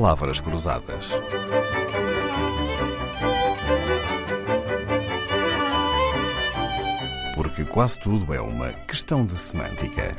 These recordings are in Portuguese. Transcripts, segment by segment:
palavras cruzadas. Porque quase tudo é uma questão de semântica.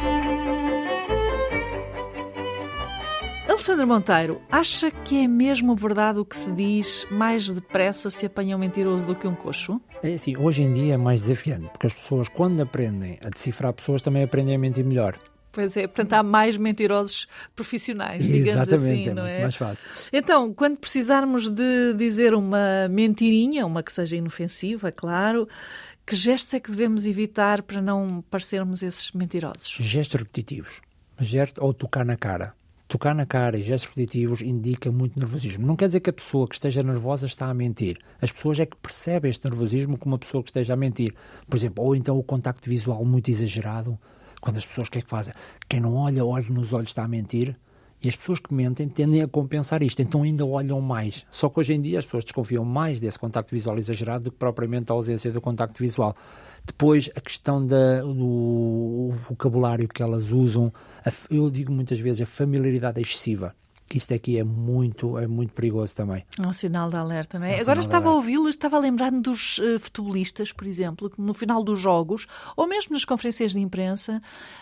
Alexandre Monteiro, acha que é mesmo verdade o que se diz: mais depressa se apanha um mentiroso do que um coxo? É assim, hoje em dia é mais desafiante, porque as pessoas, quando aprendem a decifrar pessoas, também aprendem a mentir melhor. Pois é, portanto há mais mentirosos profissionais, digamos Exatamente, assim, não é? Muito mais fácil. Então, quando precisarmos de dizer uma mentirinha, uma que seja inofensiva, claro, que gestos é que devemos evitar para não parecermos esses mentirosos? Gestos repetitivos. Ou tocar na cara. Tocar na cara e gestos repetitivos indica muito nervosismo. Não quer dizer que a pessoa que esteja nervosa está a mentir. As pessoas é que percebem este nervosismo como uma pessoa que esteja a mentir. Por exemplo, ou então o contacto visual muito exagerado. Quando as pessoas, o que é que fazem? Quem não olha nos olhos está a mentir. E as pessoas que mentem tendem a compensar isto, então ainda olham mais. Só que hoje em dia as pessoas desconfiam mais desse contacto visual exagerado do que propriamente a ausência do contacto visual. Depois, a questão do vocabulário que elas usam, eu digo muitas vezes a familiaridade excessiva. Isto aqui é muito perigoso também. É um sinal de alerta, não é? É um Agora sinal de estava a ouvi-lo, estava a lembrar-me dos futebolistas, por exemplo, que no final dos jogos, ou mesmo nas conferências de imprensa,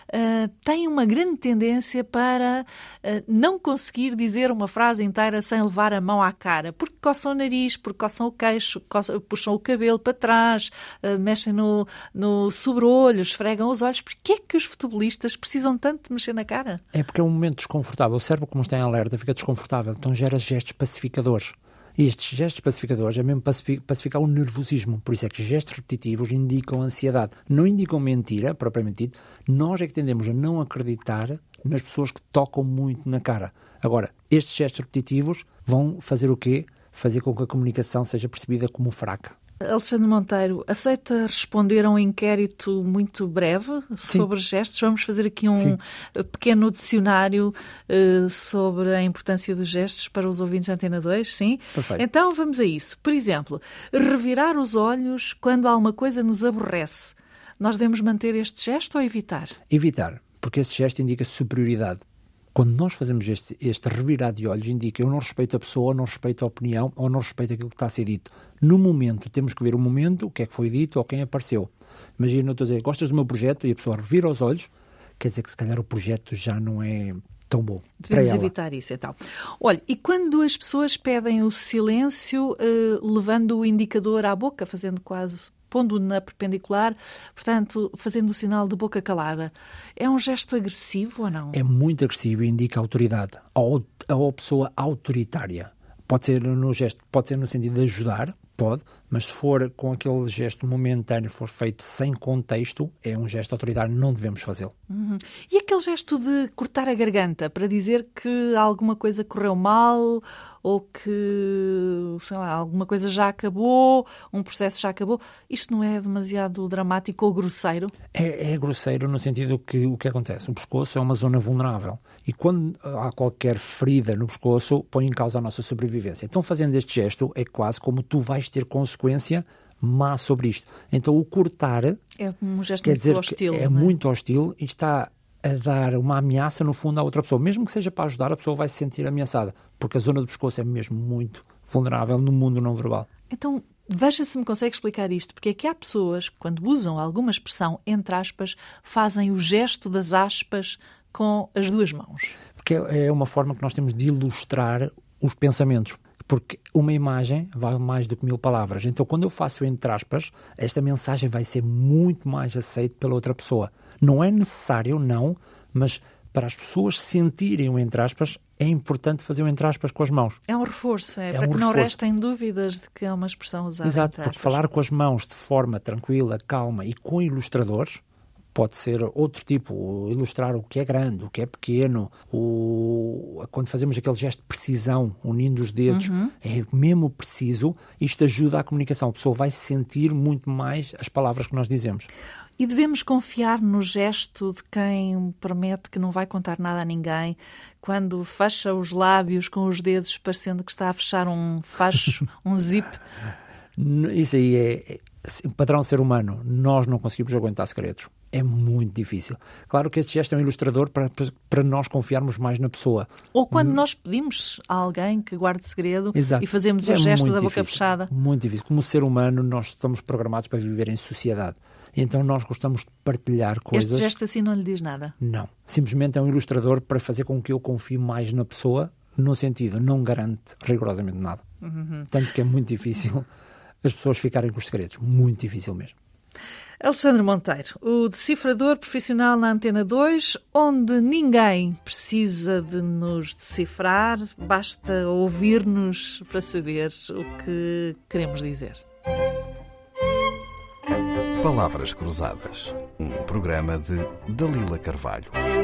têm uma grande tendência para não conseguir dizer uma frase inteira sem levar a mão à cara, porque coçam o nariz, porque coçam o queixo, puxam o cabelo para trás, mexem no sobre-olho, esfregam os olhos. Porquê é que os futebolistas precisam tanto de mexer na cara? É porque é um momento desconfortável. O cérebro, como está em alerta, fica desconfortável, então gera gestos pacificadores. E estes gestos pacificadores é mesmo pacificar o nervosismo. Por isso é que gestos repetitivos indicam ansiedade. Não indicam mentira, propriamente dito. Nós é que tendemos a não acreditar nas pessoas que tocam muito na cara. Agora, estes gestos repetitivos vão fazer o quê? Fazer com que a comunicação seja percebida como fraca. Alexandre Monteiro, aceita responder a um inquérito muito breve sobre gestos? Vamos fazer aqui um pequeno dicionário sobre a importância dos gestos para os ouvintes da Antena 2, sim? Perfeito. Então vamos a isso. Por exemplo, revirar os olhos quando alguma coisa nos aborrece. Nós devemos manter este gesto ou evitar? Evitar, porque esse gesto indica superioridade. Quando nós fazemos este revirar de olhos, indica eu não respeito a pessoa, não respeito a opinião ou não respeito aquilo que está a ser dito. No momento, temos que ver o momento, o que é que foi dito ou quem apareceu. Imagina, eu estou a dizer, gostas do meu projeto? E a pessoa revira os olhos, quer dizer que se calhar o projeto já não é tão bom. Devemos evitar isso, então. Olha, e quando as pessoas pedem o silêncio, levando o indicador à boca, fazendo quase... pondo na perpendicular, portanto, fazendo o sinal de boca calada. É um gesto agressivo ou não? É muito agressivo e indica autoridade. Ou a pessoa autoritária. Pode ser no gesto, pode ser no sentido de ajudar, pode, mas se for com aquele gesto momentâneo, for feito sem contexto, é um gesto autoritário, não devemos fazê-lo. Uhum. E aquele gesto de cortar a garganta para dizer que alguma coisa correu mal ou que, sei lá, alguma coisa já acabou, um processo já acabou, isto não é demasiado dramático ou grosseiro? É grosseiro no sentido que o que acontece? O pescoço é uma zona vulnerável e quando há qualquer ferida no pescoço, põe em causa a nossa sobrevivência. Então, fazendo este gesto, é quase como tu vais ter consequência má sobre isto. Então, o cortar é um gesto quer dizer hostil, que é muito hostil e está a dar uma ameaça, no fundo, à outra pessoa. Mesmo que seja para ajudar, a pessoa vai se sentir ameaçada, porque a zona do pescoço é mesmo muito vulnerável no mundo não verbal. Então, veja se me consegue explicar isto, porque é que há pessoas que, quando usam alguma expressão, entre aspas, fazem o gesto das aspas com as duas mãos. Porque é uma forma que nós temos de ilustrar os pensamentos. Porque uma imagem vale mais do que 1000 palavras. Então, quando eu faço entre aspas, esta mensagem vai ser muito mais aceita pela outra pessoa. Não é necessário, não, mas para as pessoas sentirem o entre aspas, é importante fazer o entre aspas com as mãos. É um reforço, para que não restem dúvidas de que é uma expressão usada. Exato, porque falar com as mãos de forma tranquila, calma e com ilustradores, pode ser outro tipo, ilustrar o que é grande, o que é pequeno, quando fazemos aquele gesto de precisão, unindo os dedos, é mesmo preciso, isto ajuda à comunicação, a pessoa vai sentir muito mais as palavras que nós dizemos. E devemos confiar no gesto de quem promete que não vai contar nada a ninguém, quando fecha os lábios com os dedos, parecendo que está a fechar um facho, um zip? Isso aí padrão ser humano, nós não conseguimos aguentar segredos. É muito difícil. Claro que esse gesto é um ilustrador para nós confiarmos mais na pessoa. Ou quando nós pedimos a alguém que guarde segredo. Exato. E fazemos o gesto da boca difícil, fechada. Muito difícil. Como ser humano, nós estamos programados para viver em sociedade. Então nós gostamos de partilhar coisas. Este gesto assim não lhe diz nada? Não. Simplesmente é um ilustrador para fazer com que eu confie mais na pessoa, no sentido, não garante rigorosamente nada. Tanto que é muito difícil as pessoas ficarem com os segredos. Muito difícil mesmo. Alexandre Monteiro, o decifrador profissional na Antena 2, onde ninguém precisa de nos decifrar, basta ouvir-nos para saber o que queremos dizer. Palavras Cruzadas, um programa de Dalila Carvalho.